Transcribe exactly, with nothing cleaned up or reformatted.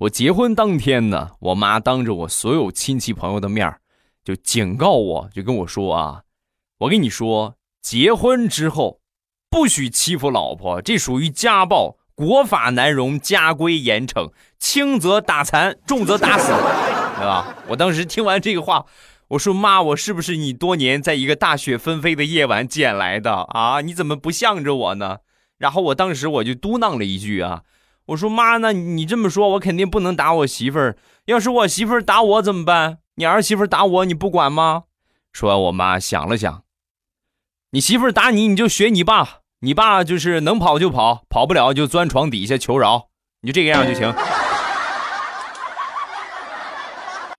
我结婚当天呢，我妈当着我所有亲戚朋友的面就警告我，就跟我说啊，我跟你说，结婚之后不许欺负老婆，这属于家暴，国法难容，家规严惩，轻则打残，重则打死，对吧？我当时听完这个话，我说妈，我是不是你多年在一个大雪纷飞的夜晚捡来的啊？你怎么不向着我呢？然后我当时我就嘟囔了一句啊，我说妈，那你这么说，我肯定不能打我媳妇儿。要是我媳妇儿打我怎么办？你儿媳妇儿打我，你不管吗？说完，我妈想了想，你媳妇儿打你，你就学你爸，你爸就是能跑就跑，跑不了就钻床底下求饶，你就这个样就行。